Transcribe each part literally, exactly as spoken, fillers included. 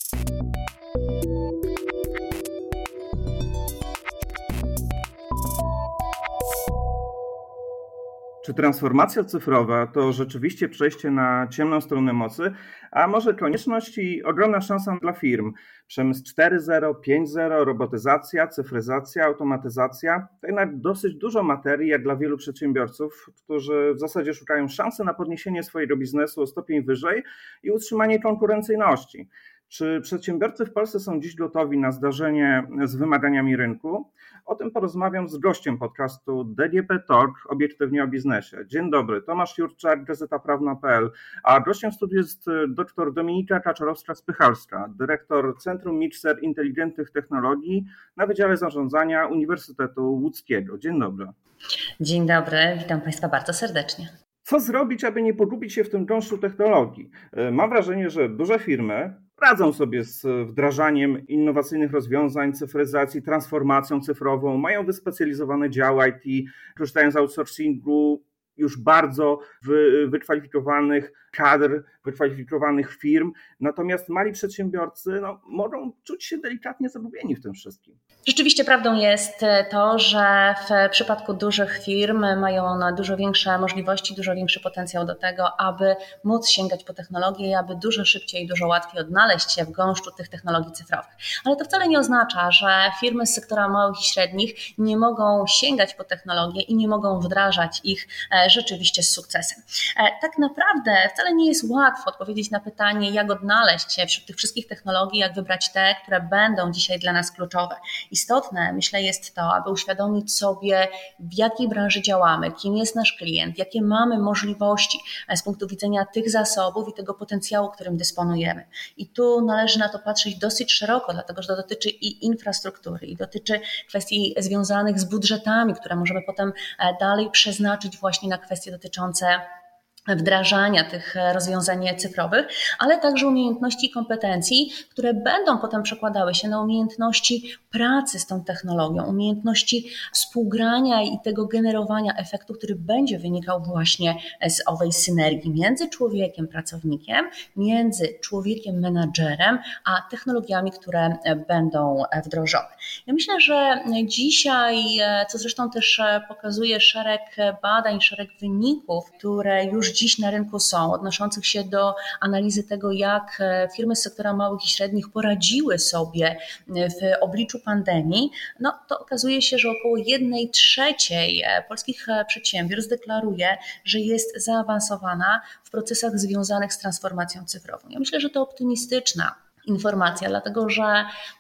Czy transformacja cyfrowa to rzeczywiście przejście na ciemną stronę mocy, a może konieczność i ogromna szansa dla firm? Przemysł cztery zero, pięć zero, robotyzacja, cyfryzacja, automatyzacja to jednak dosyć dużo materii jak dla wielu przedsiębiorców, którzy w zasadzie szukają szansy na podniesienie swojego biznesu o stopień wyżej i utrzymanie konkurencyjności. Czy przedsiębiorcy w Polsce są dziś gotowi na zdarzenie z wymaganiami rynku? O tym porozmawiam z gościem podcastu D G P Talk, obiektywnie o biznesie. Dzień dobry, Tomasz Jurczak, Gazeta Prawna kropka p l, a gościem studiu jest dr Dominika Kaczorowska-Spychalska, dyrektor Centrum Mikser Inteligentnych Technologii na Wydziale Zarządzania Uniwersytetu Łódzkiego. Dzień dobry. Dzień dobry, witam Państwa bardzo serdecznie. Co zrobić, aby nie pogubić się w tym gąszczu technologii? Mam wrażenie, że duże firmy radzą sobie z wdrażaniem innowacyjnych rozwiązań, cyfryzacji, transformacją cyfrową, mają wyspecjalizowane działy I T, korzystają z outsourcingu już bardzo wy, wykwalifikowanych kadr, wykwalifikowanych firm, natomiast mali przedsiębiorcy no, mogą czuć się delikatnie zagubieni w tym wszystkim. Rzeczywiście prawdą jest to, że w przypadku dużych firm mają one dużo większe możliwości, dużo większy potencjał do tego, aby móc sięgać po technologię i aby dużo szybciej i dużo łatwiej odnaleźć się w gąszczu tych technologii cyfrowych. Ale to wcale nie oznacza, że firmy z sektora małych i średnich nie mogą sięgać po technologię i nie mogą wdrażać ich rzeczywiście z sukcesem. Tak naprawdę wcale nie jest łatwo odpowiedzieć na pytanie, jak odnaleźć się wśród tych wszystkich technologii, jak wybrać te, które będą dzisiaj dla nas kluczowe. Istotne, myślę, jest to, aby uświadomić sobie, w jakiej branży działamy, kim jest nasz klient, jakie mamy możliwości z punktu widzenia tych zasobów i tego potencjału, którym dysponujemy. I tu należy na to patrzeć dosyć szeroko, dlatego że to dotyczy i infrastruktury, i dotyczy kwestii związanych z budżetami, które możemy potem dalej przeznaczyć właśnie na kwestie dotyczące wdrażania tych rozwiązań cyfrowych, ale także umiejętności i kompetencji, które będą potem przekładały się na umiejętności pracy z tą technologią, umiejętności współgrania i tego generowania efektu, który będzie wynikał właśnie z owej synergii między człowiekiem, pracownikiem, między człowiekiem, menadżerem, a technologiami, które będą wdrożone. Ja myślę, że dzisiaj, co zresztą też pokazuje szereg badań, szereg wyników, które już dziś na rynku są, odnoszących się do analizy tego, jak firmy z sektora małych i średnich poradziły sobie w obliczu pandemii, no to okazuje się, że około jednej trzeciej polskich przedsiębiorstw deklaruje, że jest zaawansowana w procesach związanych z transformacją cyfrową. Ja myślę, że to optymistyczna informacja, dlatego że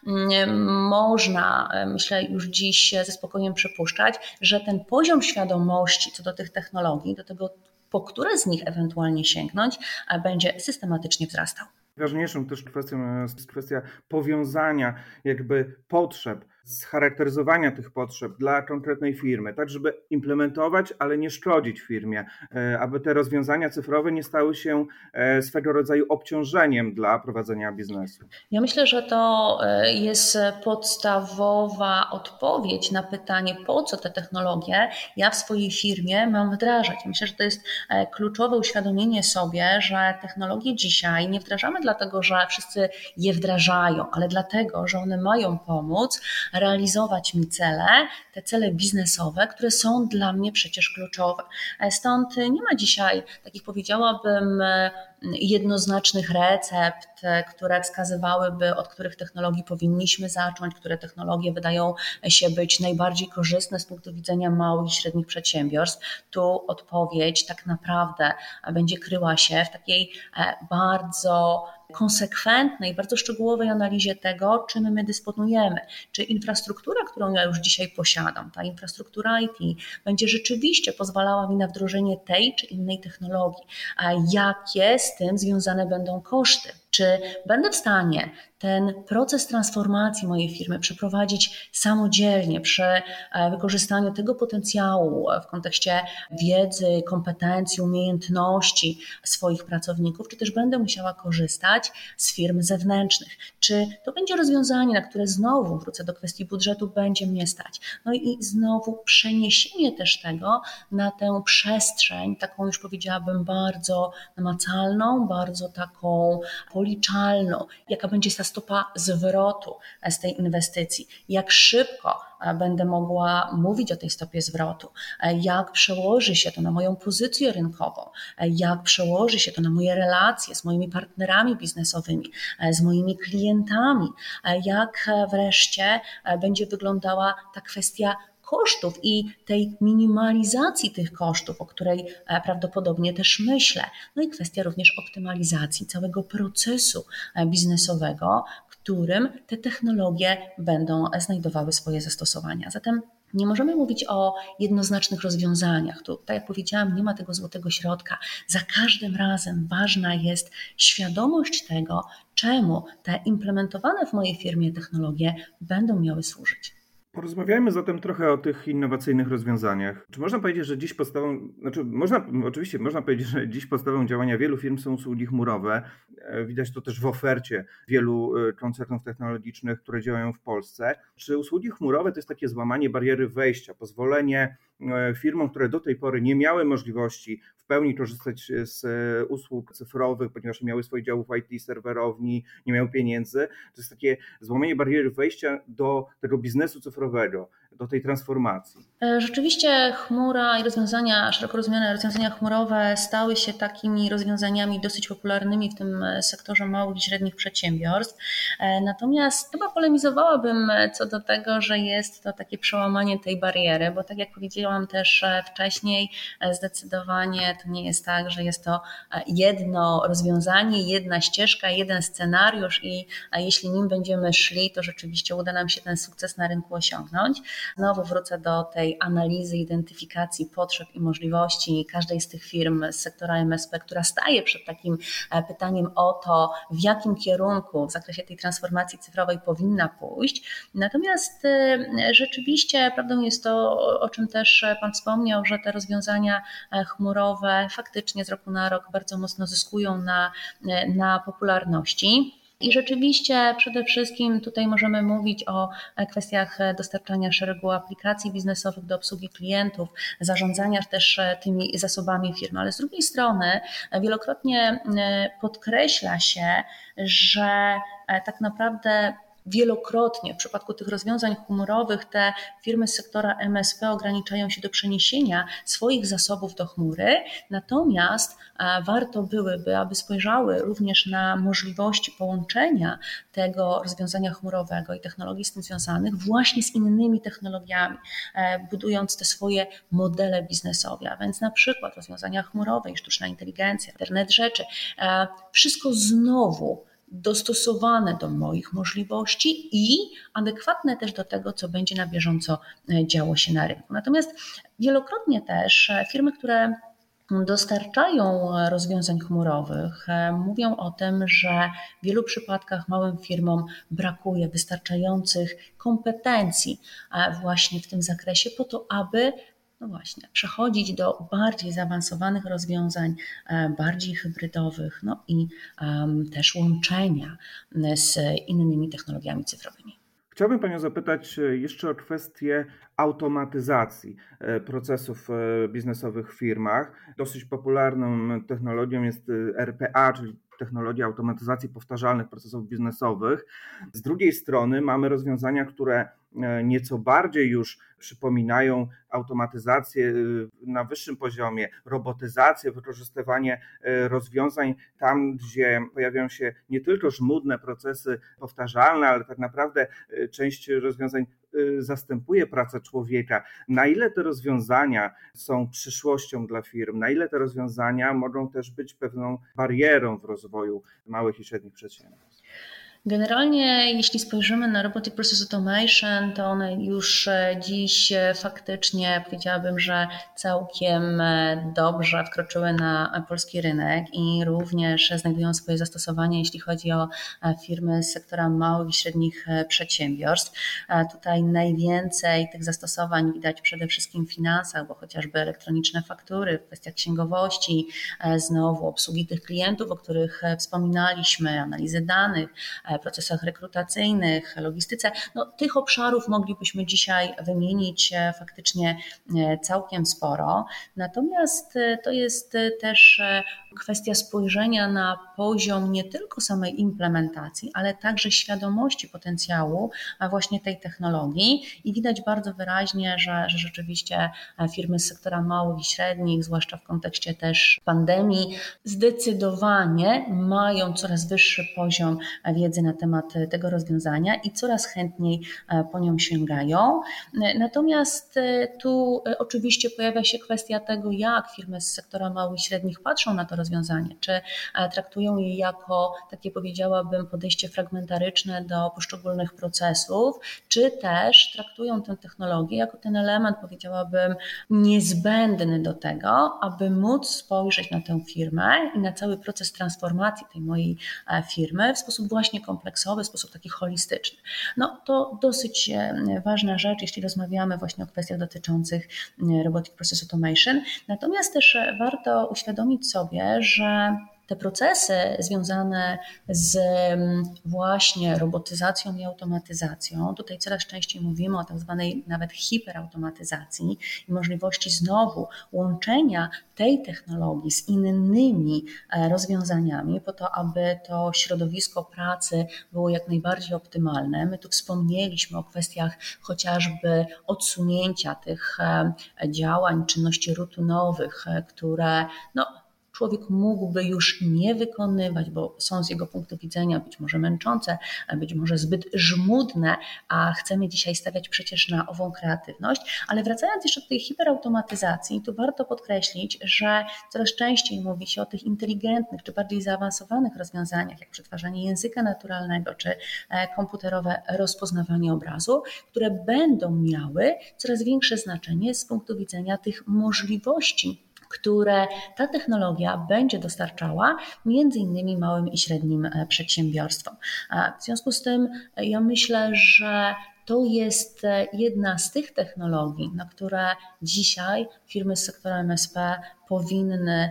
można, myślę, już dziś ze spokojem przypuszczać, że ten poziom świadomości co do tych technologii, do tego, po które z nich ewentualnie sięgnąć, będzie systematycznie wzrastał. Ważniejszą też kwestią jest kwestia powiązania jakby potrzeb, scharakteryzowania tych potrzeb dla konkretnej firmy, tak żeby implementować, ale nie szkodzić firmie, aby te rozwiązania cyfrowe nie stały się swego rodzaju obciążeniem dla prowadzenia biznesu. Ja myślę, że to jest podstawowa odpowiedź na pytanie, po co te technologie ja w swojej firmie mam wdrażać. Myślę, że to jest kluczowe uświadomienie sobie, że technologie dzisiaj nie wdrażamy dlatego, że wszyscy je wdrażają, ale dlatego, że one mają pomóc realizować mi cele, te cele biznesowe, które są dla mnie przecież kluczowe. Stąd nie ma dzisiaj, takich powiedziałabym, jednoznacznych recept, które wskazywałyby, od których technologii powinniśmy zacząć, które technologie wydają się być najbardziej korzystne z punktu widzenia małych i średnich przedsiębiorstw. Tu odpowiedź tak naprawdę będzie kryła się w takiej bardzo konsekwentnej, bardzo szczegółowej analizie tego, czym my dysponujemy. Czy infrastruktura, którą ja już dzisiaj posiadam, ta infrastruktura I T będzie rzeczywiście pozwalała mi na wdrożenie tej czy innej technologii, a jakie z tym związane będą koszty. Czy będę w stanie ten proces transformacji mojej firmy przeprowadzić samodzielnie przy wykorzystaniu tego potencjału w kontekście wiedzy, kompetencji, umiejętności swoich pracowników, czy też będę musiała korzystać z firm zewnętrznych. Czy to będzie rozwiązanie, na które znowu, wrócę do kwestii budżetu, będzie mnie stać. No i znowu przeniesienie też tego na tę przestrzeń, taką już powiedziałabym bardzo namacalną, bardzo taką polityczną, policzalną, jaka będzie ta stopa zwrotu z tej inwestycji, jak szybko będę mogła mówić o tej stopie zwrotu, jak przełoży się to na moją pozycję rynkową, jak przełoży się to na moje relacje z moimi partnerami biznesowymi, z moimi klientami, jak wreszcie będzie wyglądała ta kwestia kosztów i tej minimalizacji tych kosztów, o której prawdopodobnie też myślę. No i kwestia również optymalizacji całego procesu biznesowego, w którym te technologie będą znajdowały swoje zastosowania. Zatem nie możemy mówić o jednoznacznych rozwiązaniach. Tu, tak jak powiedziałam, nie ma tego złotego środka. Za każdym razem ważna jest świadomość tego, czemu te implementowane w mojej firmie technologie będą miały służyć. Porozmawiajmy zatem trochę o tych innowacyjnych rozwiązaniach. Czy można powiedzieć, że dziś podstawą, znaczy można, oczywiście można powiedzieć, że dziś podstawą działania wielu firm są usługi chmurowe. Widać to też w ofercie wielu koncernów technologicznych, które działają w Polsce. Czy usługi chmurowe to jest takie złamanie bariery wejścia, pozwolenie firmom, które do tej pory nie miały możliwości w pełni korzystać z usług cyfrowych, ponieważ nie miały swoich działów I T, serwerowni, nie miały pieniędzy. To jest takie złamanie bariery wejścia do tego biznesu cyfrowego, do tej transformacji. Rzeczywiście chmura i rozwiązania, szeroko rozumiane rozwiązania chmurowe stały się takimi rozwiązaniami dosyć popularnymi w tym sektorze małych i średnich przedsiębiorstw. Natomiast chyba polemizowałabym co do tego, że jest to takie przełamanie tej bariery, bo tak jak powiedziałam też wcześniej, zdecydowanie to nie jest tak, że jest to jedno rozwiązanie, jedna ścieżka, jeden scenariusz i jeśli nim będziemy szli, to rzeczywiście uda nam się ten sukces na rynku osiągnąć. Znowu wrócę do tej analizy, identyfikacji potrzeb i możliwości każdej z tych firm z sektora M S P, która staje przed takim pytaniem o to, w jakim kierunku w zakresie tej transformacji cyfrowej powinna pójść. Natomiast rzeczywiście prawdą jest to, o czym też Pan wspomniał, że te rozwiązania chmurowe faktycznie z roku na rok bardzo mocno zyskują na, na popularności. I rzeczywiście przede wszystkim tutaj możemy mówić o kwestiach dostarczania szeregu aplikacji biznesowych do obsługi klientów, zarządzania też tymi zasobami firmy, ale z drugiej strony wielokrotnie podkreśla się, że tak naprawdę wielokrotnie w przypadku tych rozwiązań chmurowych te firmy z sektora M S P ograniczają się do przeniesienia swoich zasobów do chmury, natomiast warto byłyby, aby spojrzały również na możliwości połączenia tego rozwiązania chmurowego i technologii z tym związanych właśnie z innymi technologiami, budując te swoje modele biznesowe, a więc na przykład rozwiązania chmurowe i sztuczna inteligencja, internet rzeczy, wszystko znowu dostosowane do moich możliwości i adekwatne też do tego, co będzie na bieżąco działo się na rynku. Natomiast wielokrotnie też firmy, które dostarczają rozwiązań chmurowych, mówią o tym, że w wielu przypadkach małym firmom brakuje wystarczających kompetencji właśnie w tym zakresie po to, aby no właśnie, przechodzić do bardziej zaawansowanych rozwiązań, bardziej hybrydowych, no i um, też łączenia z innymi technologiami cyfrowymi. Chciałbym Panią zapytać jeszcze o kwestię automatyzacji procesów biznesowych w firmach. Dosyć popularną technologią jest R P A, czyli technologia automatyzacji powtarzalnych procesów biznesowych. Z drugiej strony mamy rozwiązania, które nieco bardziej już przypominają automatyzację na wyższym poziomie, robotyzację, wykorzystywanie rozwiązań tam, gdzie pojawiają się nie tylko żmudne procesy powtarzalne, ale tak naprawdę część rozwiązań zastępuje pracę człowieka. Na ile te rozwiązania są przyszłością dla firm, na ile te rozwiązania mogą też być pewną barierą w rozwoju małych i średnich przedsiębiorstw? Generalnie jeśli spojrzymy na Robotic Process Automation, to one już dziś faktycznie powiedziałabym, że całkiem dobrze wkroczyły na polski rynek i również znajdują swoje zastosowanie, jeśli chodzi o firmy z sektora małych i średnich przedsiębiorstw. Tutaj najwięcej tych zastosowań widać przede wszystkim w finansach, bo chociażby elektroniczne faktury, w kwestiach księgowości, znowu obsługi tych klientów, o których wspominaliśmy, analizy danych, procesach rekrutacyjnych, logistyce. No, tych obszarów moglibyśmy dzisiaj wymienić faktycznie całkiem sporo. Natomiast to jest też kwestia spojrzenia na poziom nie tylko samej implementacji, ale także świadomości potencjału właśnie tej technologii i widać bardzo wyraźnie, że, że rzeczywiście firmy z sektora małych i średnich, zwłaszcza w kontekście też pandemii, zdecydowanie mają coraz wyższy poziom wiedzy na temat tego rozwiązania i coraz chętniej po nią sięgają. Natomiast tu oczywiście pojawia się kwestia tego, jak firmy z sektora małych i średnich patrzą na to rozwiązanie, czy traktują je jako, takie powiedziałabym, podejście fragmentaryczne do poszczególnych procesów, czy też traktują tę technologię jako ten element, powiedziałabym, niezbędny do tego, aby móc spojrzeć na tę firmę i na cały proces transformacji tej mojej firmy w sposób właśnie kompleksowy, w sposób taki holistyczny. No to dosyć ważna rzecz, jeśli rozmawiamy właśnie o kwestiach dotyczących Robotic Process Automation. Natomiast też warto uświadomić sobie, że te procesy związane z właśnie robotyzacją i automatyzacją, tutaj coraz częściej mówimy o tak zwanej nawet hiperautomatyzacji i możliwości znowu łączenia tej technologii z innymi rozwiązaniami po to, aby to środowisko pracy było jak najbardziej optymalne. My tu wspomnieliśmy o kwestiach chociażby odsunięcia tych działań, czynności rutynowych, które no, człowiek mógłby już nie wykonywać, bo są z jego punktu widzenia być może męczące, być może zbyt żmudne, a chcemy dzisiaj stawiać przecież na ową kreatywność. Ale wracając jeszcze do tej hiperautomatyzacji, tu warto podkreślić, że coraz częściej mówi się o tych inteligentnych czy bardziej zaawansowanych rozwiązaniach, jak przetwarzanie języka naturalnego czy komputerowe rozpoznawanie obrazu, które będą miały coraz większe znaczenie z punktu widzenia tych możliwości, które ta technologia będzie dostarczała między innymi małym i średnim przedsiębiorstwom. W związku z tym ja myślę, że to jest jedna z tych technologii, na które dzisiaj firmy z sektora M S P powinny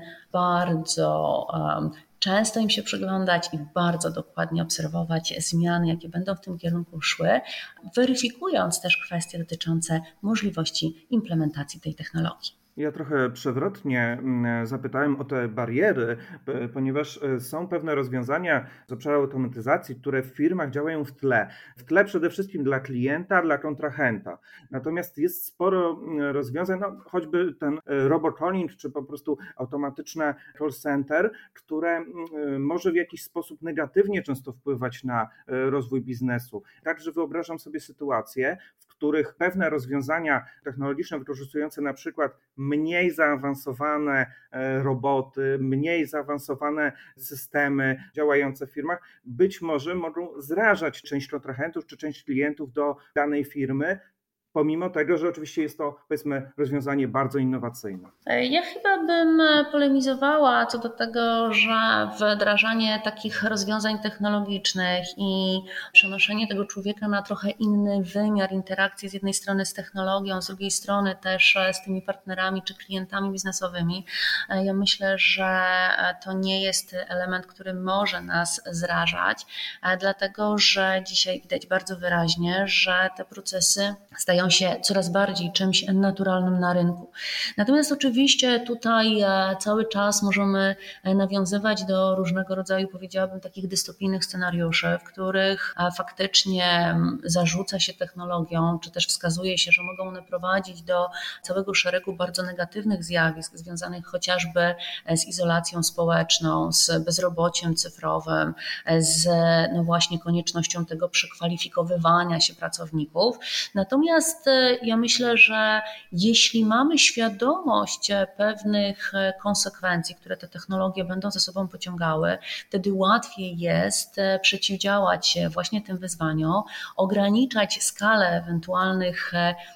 bardzo um, często im się przyglądać i bardzo dokładnie obserwować zmiany, jakie będą w tym kierunku szły, weryfikując też kwestie dotyczące możliwości implementacji tej technologii. Ja trochę przewrotnie zapytałem o te bariery, ponieważ są pewne rozwiązania z obszaru automatyzacji, które w firmach działają w tle. W tle przede wszystkim dla klienta, dla kontrahenta. Natomiast jest sporo rozwiązań, no choćby ten robocalling, czy po prostu automatyczne call center, które może w jakiś sposób negatywnie często wpływać na rozwój biznesu. Także wyobrażam sobie sytuacje, w których pewne rozwiązania technologiczne wykorzystujące na przykład mniej zaawansowane roboty, mniej zaawansowane systemy działające w firmach być może mogą zrażać część kontrahentów czy część klientów do danej firmy, pomimo tego, że oczywiście jest to, powiedzmy, rozwiązanie bardzo innowacyjne. Ja chyba bym polemizowała co do tego, że wdrażanie takich rozwiązań technologicznych i przenoszenie tego człowieka na trochę inny wymiar interakcji z jednej strony z technologią, z drugiej strony też z tymi partnerami czy klientami biznesowymi, ja myślę, że to nie jest element, który może nas zrażać, dlatego że dzisiaj widać bardzo wyraźnie, że te procesy stają się coraz bardziej czymś naturalnym na rynku. Natomiast oczywiście tutaj cały czas możemy nawiązywać do różnego rodzaju, powiedziałabym, takich dystopijnych scenariuszy, w których faktycznie zarzuca się technologią, czy też wskazuje się, że mogą one prowadzić do całego szeregu bardzo negatywnych zjawisk związanych chociażby z izolacją społeczną, z bezrobociem cyfrowym, z no właśnie koniecznością tego przekwalifikowywania się pracowników. Natomiast ja myślę, że jeśli mamy świadomość pewnych konsekwencji, które te technologie będą ze sobą pociągały, wtedy łatwiej jest przeciwdziałać właśnie tym wyzwaniom, ograniczać skalę ewentualnych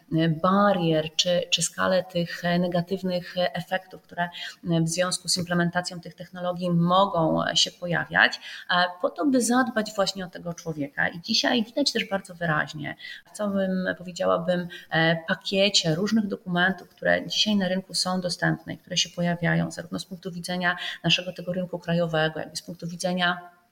barier czy, czy skalę tych negatywnych efektów, które w związku z implementacją tych technologii mogą się pojawiać, po to, by zadbać właśnie o tego człowieka. I dzisiaj widać też bardzo wyraźnie w całym, powiedziałabym, pakiecie różnych dokumentów, które dzisiaj na rynku są dostępne, które się pojawiają zarówno z punktu widzenia naszego tego rynku krajowego, jak i z punktu widzenia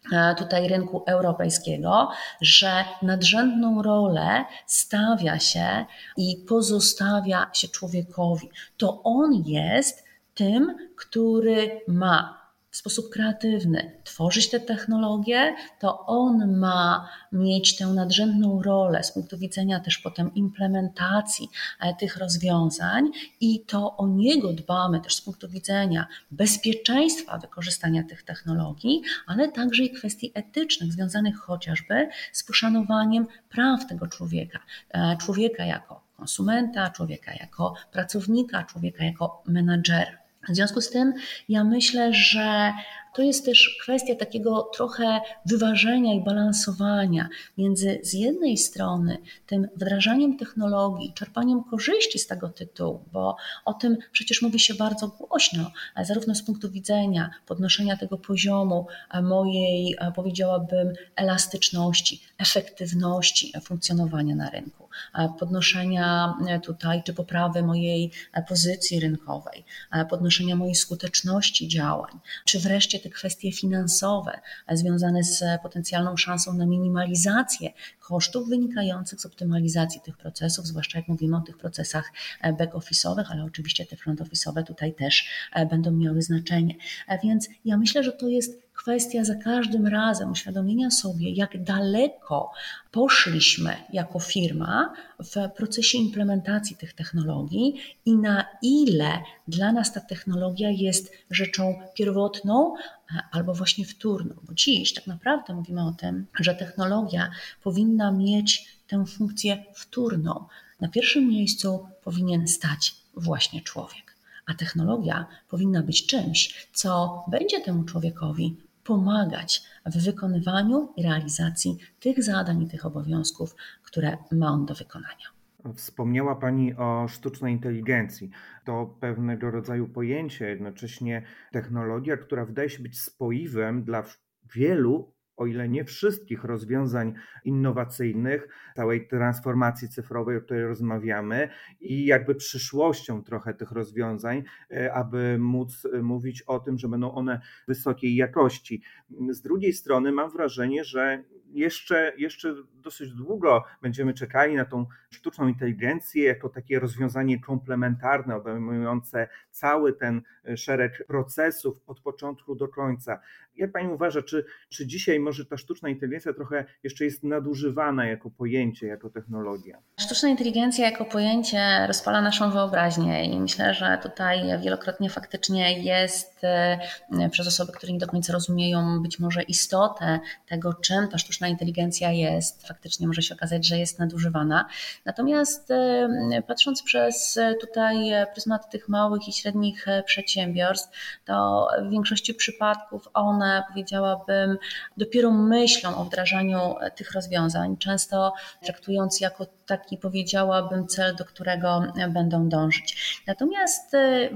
tutaj rynku europejskiego, że nadrzędną rolę stawia się i pozostawia się człowiekowi. To on jest tym, który ma w sposób kreatywny tworzyć te technologie, to on ma mieć tę nadrzędną rolę z punktu widzenia też potem implementacji tych rozwiązań i to o niego dbamy też z punktu widzenia bezpieczeństwa wykorzystania tych technologii, ale także i kwestii etycznych związanych chociażby z poszanowaniem praw tego człowieka. Człowieka jako konsumenta, człowieka jako pracownika, człowieka jako menadżera. W związku z tym ja myślę, że to jest też kwestia takiego trochę wyważenia i balansowania między z jednej strony tym wdrażaniem technologii, czerpaniem korzyści z tego tytułu, bo o tym przecież mówi się bardzo głośno, zarówno z punktu widzenia podnoszenia tego poziomu mojej, powiedziałabym, elastyczności, efektywności funkcjonowania na rynku, podnoszenia tutaj czy poprawy mojej pozycji rynkowej, podnoszenia mojej skuteczności działań, czy wreszcie te kwestie finansowe związane z potencjalną szansą na minimalizację kosztów wynikających z optymalizacji tych procesów, zwłaszcza jak mówimy o tych procesach back-office'owych, ale oczywiście te front-office'owe tutaj też będą miały znaczenie. Więc ja myślę, że to jest kwestia za każdym razem uświadomienia sobie, jak daleko poszliśmy jako firma w procesie implementacji tych technologii i na ile dla nas ta technologia jest rzeczą pierwotną albo właśnie wtórną. Bo dziś tak naprawdę mówimy o tym, że technologia powinna mieć tę funkcję wtórną. Na pierwszym miejscu powinien stać właśnie człowiek, a technologia powinna być czymś, co będzie temu człowiekowi pomagać w wykonywaniu i realizacji tych zadań i tych obowiązków, które ma on do wykonania. Wspomniała Pani o sztucznej inteligencji. To pewnego rodzaju pojęcie, jednocześnie technologia, która wydaje się być spoiwem dla wielu, o ile nie wszystkich rozwiązań innowacyjnych, całej transformacji cyfrowej, o której rozmawiamy i jakby przyszłością trochę tych rozwiązań, aby móc mówić o tym, że będą one wysokiej jakości. Z drugiej strony mam wrażenie, że jeszcze, jeszcze dosyć długo będziemy czekali na tą sztuczną inteligencję jako takie rozwiązanie komplementarne, obejmujące cały ten szereg procesów od początku do końca. Jak Pani uważa, czy, czy dzisiaj może ta sztuczna inteligencja trochę jeszcze jest nadużywana jako pojęcie, jako technologia? Sztuczna inteligencja jako pojęcie rozpala naszą wyobraźnię i myślę, że tutaj wielokrotnie faktycznie jest przez osoby, które nie do końca rozumieją być może istotę tego, czym ta sztuczna inteligencja jest, faktycznie może się okazać, że jest nadużywana. Natomiast patrząc przez tutaj pryzmat tych małych i średnich przedsiębiorstw, to w większości przypadków one, powiedziałabym, dopiero myślą o wdrażaniu tych rozwiązań, często traktując jako taki, powiedziałabym, cel, do którego będą dążyć. Natomiast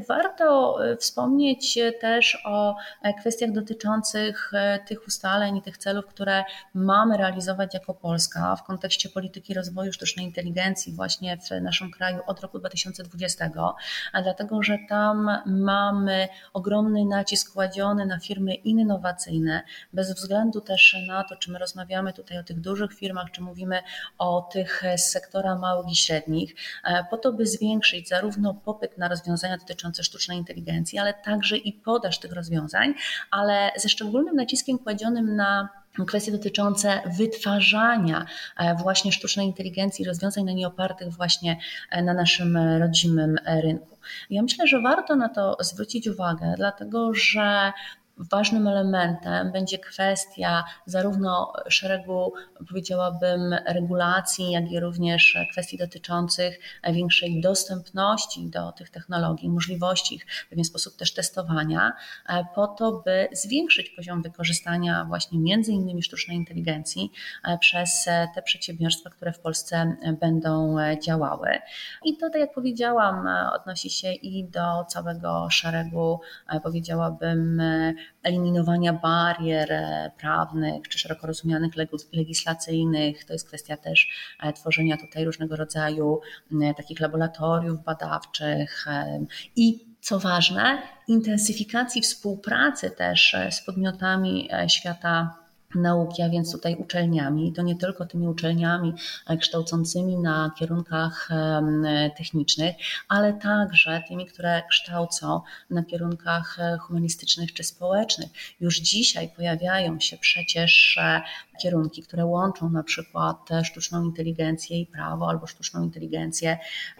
warto wspomnieć też o kwestiach dotyczących tych ustaleń i tych celów, które mamy realizować jako Polska w kontekście polityki rozwoju sztucznej inteligencji właśnie w naszym kraju od roku dwa tysiące dwudziestego, a dlatego, że tam mamy ogromny nacisk kładziony na firmy innowacyjne, bez względu też na to, czy my rozmawiamy tutaj o tych dużych firmach, czy mówimy o tych z sektora małych i średnich, po to, by zwiększyć zarówno popyt na rozwiązania dotyczące sztucznej inteligencji, ale także i podaż tych rozwiązań, ale ze szczególnym naciskiem kładzionym na kwestie dotyczące wytwarzania właśnie sztucznej inteligencji, rozwiązań na nie opartych właśnie na naszym rodzimym rynku. Ja myślę, że warto na to zwrócić uwagę, dlatego że ważnym elementem będzie kwestia zarówno szeregu, powiedziałabym, regulacji, jak i również kwestii dotyczących większej dostępności do tych technologii, możliwości ich w pewien sposób też testowania, po to, by zwiększyć poziom wykorzystania właśnie między innymi sztucznej inteligencji przez te przedsiębiorstwa, które w Polsce będą działały. I to, tak jak powiedziałam, odnosi się i do całego szeregu, powiedziałabym, eliminowania barier prawnych czy szeroko rozumianych legislacyjnych. To jest kwestia też tworzenia tutaj różnego rodzaju takich laboratoriów badawczych i co ważne, intensyfikacji współpracy też z podmiotami świata nauki, a więc tutaj uczelniami, to nie tylko tymi uczelniami kształcącymi na kierunkach technicznych, ale także tymi, które kształcą na kierunkach humanistycznych czy społecznych. Już dzisiaj pojawiają się przecież kierunki, które łączą na przykład sztuczną inteligencję i prawo, albo sztuczną inteligencję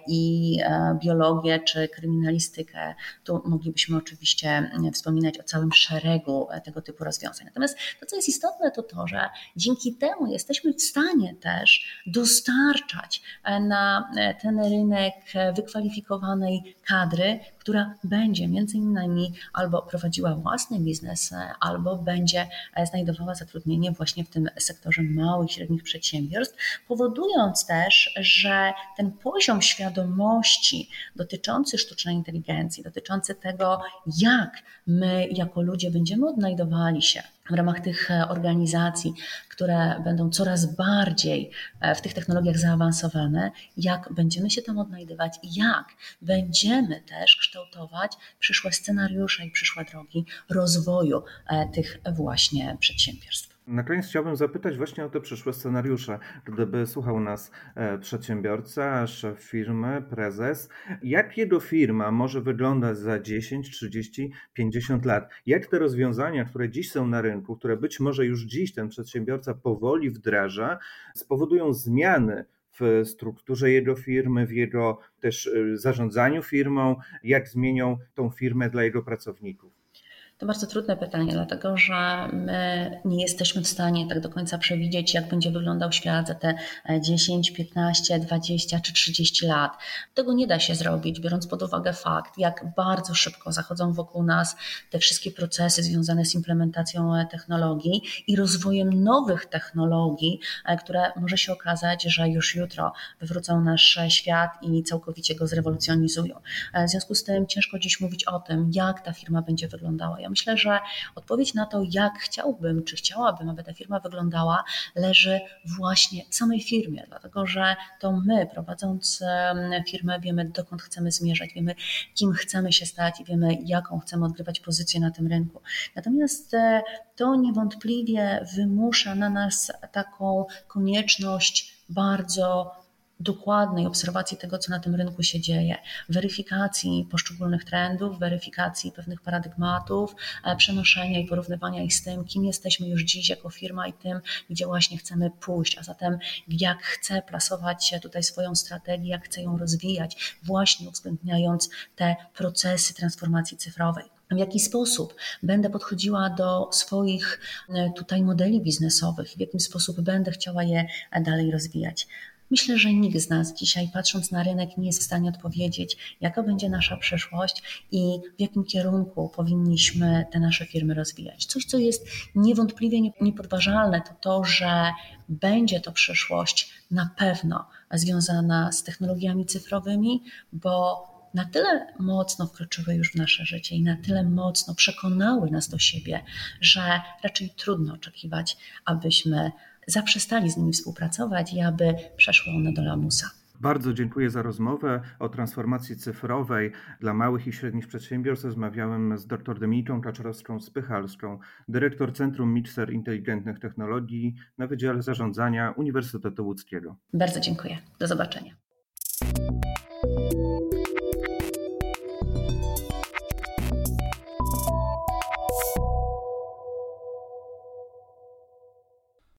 i biologię czy kryminalistykę. Tu moglibyśmy oczywiście wspominać o całym szeregu tego typu rozwiązań. Natomiast to, co jest istotne, to to, że dzięki temu jesteśmy w stanie też dostarczać na ten rynek wykwalifikowanej kadry, która będzie między innymi albo prowadziła własny biznes, albo będzie znajdowała zatrudnienie właśnie w tym sektorze małych i średnich przedsiębiorstw, powodując też, że ten poziom świadomości dotyczący sztucznej inteligencji, dotyczący tego, jak my jako ludzie będziemy odnajdowali się w ramach tych organizacji, które będą coraz bardziej w tych technologiach zaawansowane, jak będziemy się tam odnajdywać i jak będziemy też kształtować przyszłe scenariusze i przyszłe drogi rozwoju tych właśnie przedsiębiorstw. Na koniec chciałbym zapytać właśnie o te przyszłe scenariusze. Gdyby słuchał nas przedsiębiorca, szef firmy, prezes, jak jego firma może wyglądać za dziesięć, trzydzieści, pięćdziesiąt lat? Jak te rozwiązania, które dziś są na rynku, które być może już dziś ten przedsiębiorca powoli wdraża, spowodują zmiany w strukturze jego firmy, w jego też zarządzaniu firmą, jak zmienią tą firmę dla jego pracowników? To bardzo trudne pytanie, dlatego że my nie jesteśmy w stanie tak do końca przewidzieć, jak będzie wyglądał świat za te dziesięć, piętnaście, dwadzieścia czy trzydzieści lat. Tego nie da się zrobić, biorąc pod uwagę fakt, jak bardzo szybko zachodzą wokół nas te wszystkie procesy związane z implementacją technologii i rozwojem nowych technologii, które może się okazać, że już jutro wywrócą nasz świat i całkowicie go zrewolucjonizują. W związku z tym ciężko dziś mówić o tym, jak ta firma będzie wyglądała. Ja myślę, że odpowiedź na to, jak chciałbym, czy chciałabym, aby ta firma wyglądała, leży właśnie w samej firmie, dlatego że to my, prowadząc firmę, wiemy, dokąd chcemy zmierzać, wiemy, kim chcemy się stać i wiemy, jaką chcemy odgrywać pozycję na tym rynku. Natomiast to niewątpliwie wymusza na nas taką konieczność bardzo dokładnej obserwacji tego, co na tym rynku się dzieje, weryfikacji poszczególnych trendów, weryfikacji pewnych paradygmatów, przenoszenia i porównywania ich z tym, kim jesteśmy już dziś jako firma i tym, gdzie właśnie chcemy pójść, a zatem jak chcę plasować tutaj swoją strategię, jak chcę ją rozwijać, właśnie uwzględniając te procesy transformacji cyfrowej. W jaki sposób będę podchodziła do swoich tutaj modeli biznesowych, w jakim sposób będę chciała je dalej rozwijać. Myślę, że nikt z nas dzisiaj, patrząc na rynek, nie jest w stanie odpowiedzieć, jaka będzie nasza przyszłość i w jakim kierunku powinniśmy te nasze firmy rozwijać. Coś, co jest niewątpliwie niepodważalne, to to, że będzie to przyszłość na pewno związana z technologiami cyfrowymi, bo na tyle mocno wkroczyły już w nasze życie i na tyle mocno przekonały nas do siebie, że raczej trudno oczekiwać, abyśmy zaprzestali z nimi współpracować i aby przeszły one do lamusa. Bardzo dziękuję za rozmowę o transformacji cyfrowej dla małych i średnich przedsiębiorstw. Rozmawiałem z dr Dominiką Kaczorowską-Spychalską, dyrektor Centrum Mikser Inteligentnych Technologii na Wydziale Zarządzania Uniwersytetu Łódzkiego. Bardzo dziękuję. Do zobaczenia.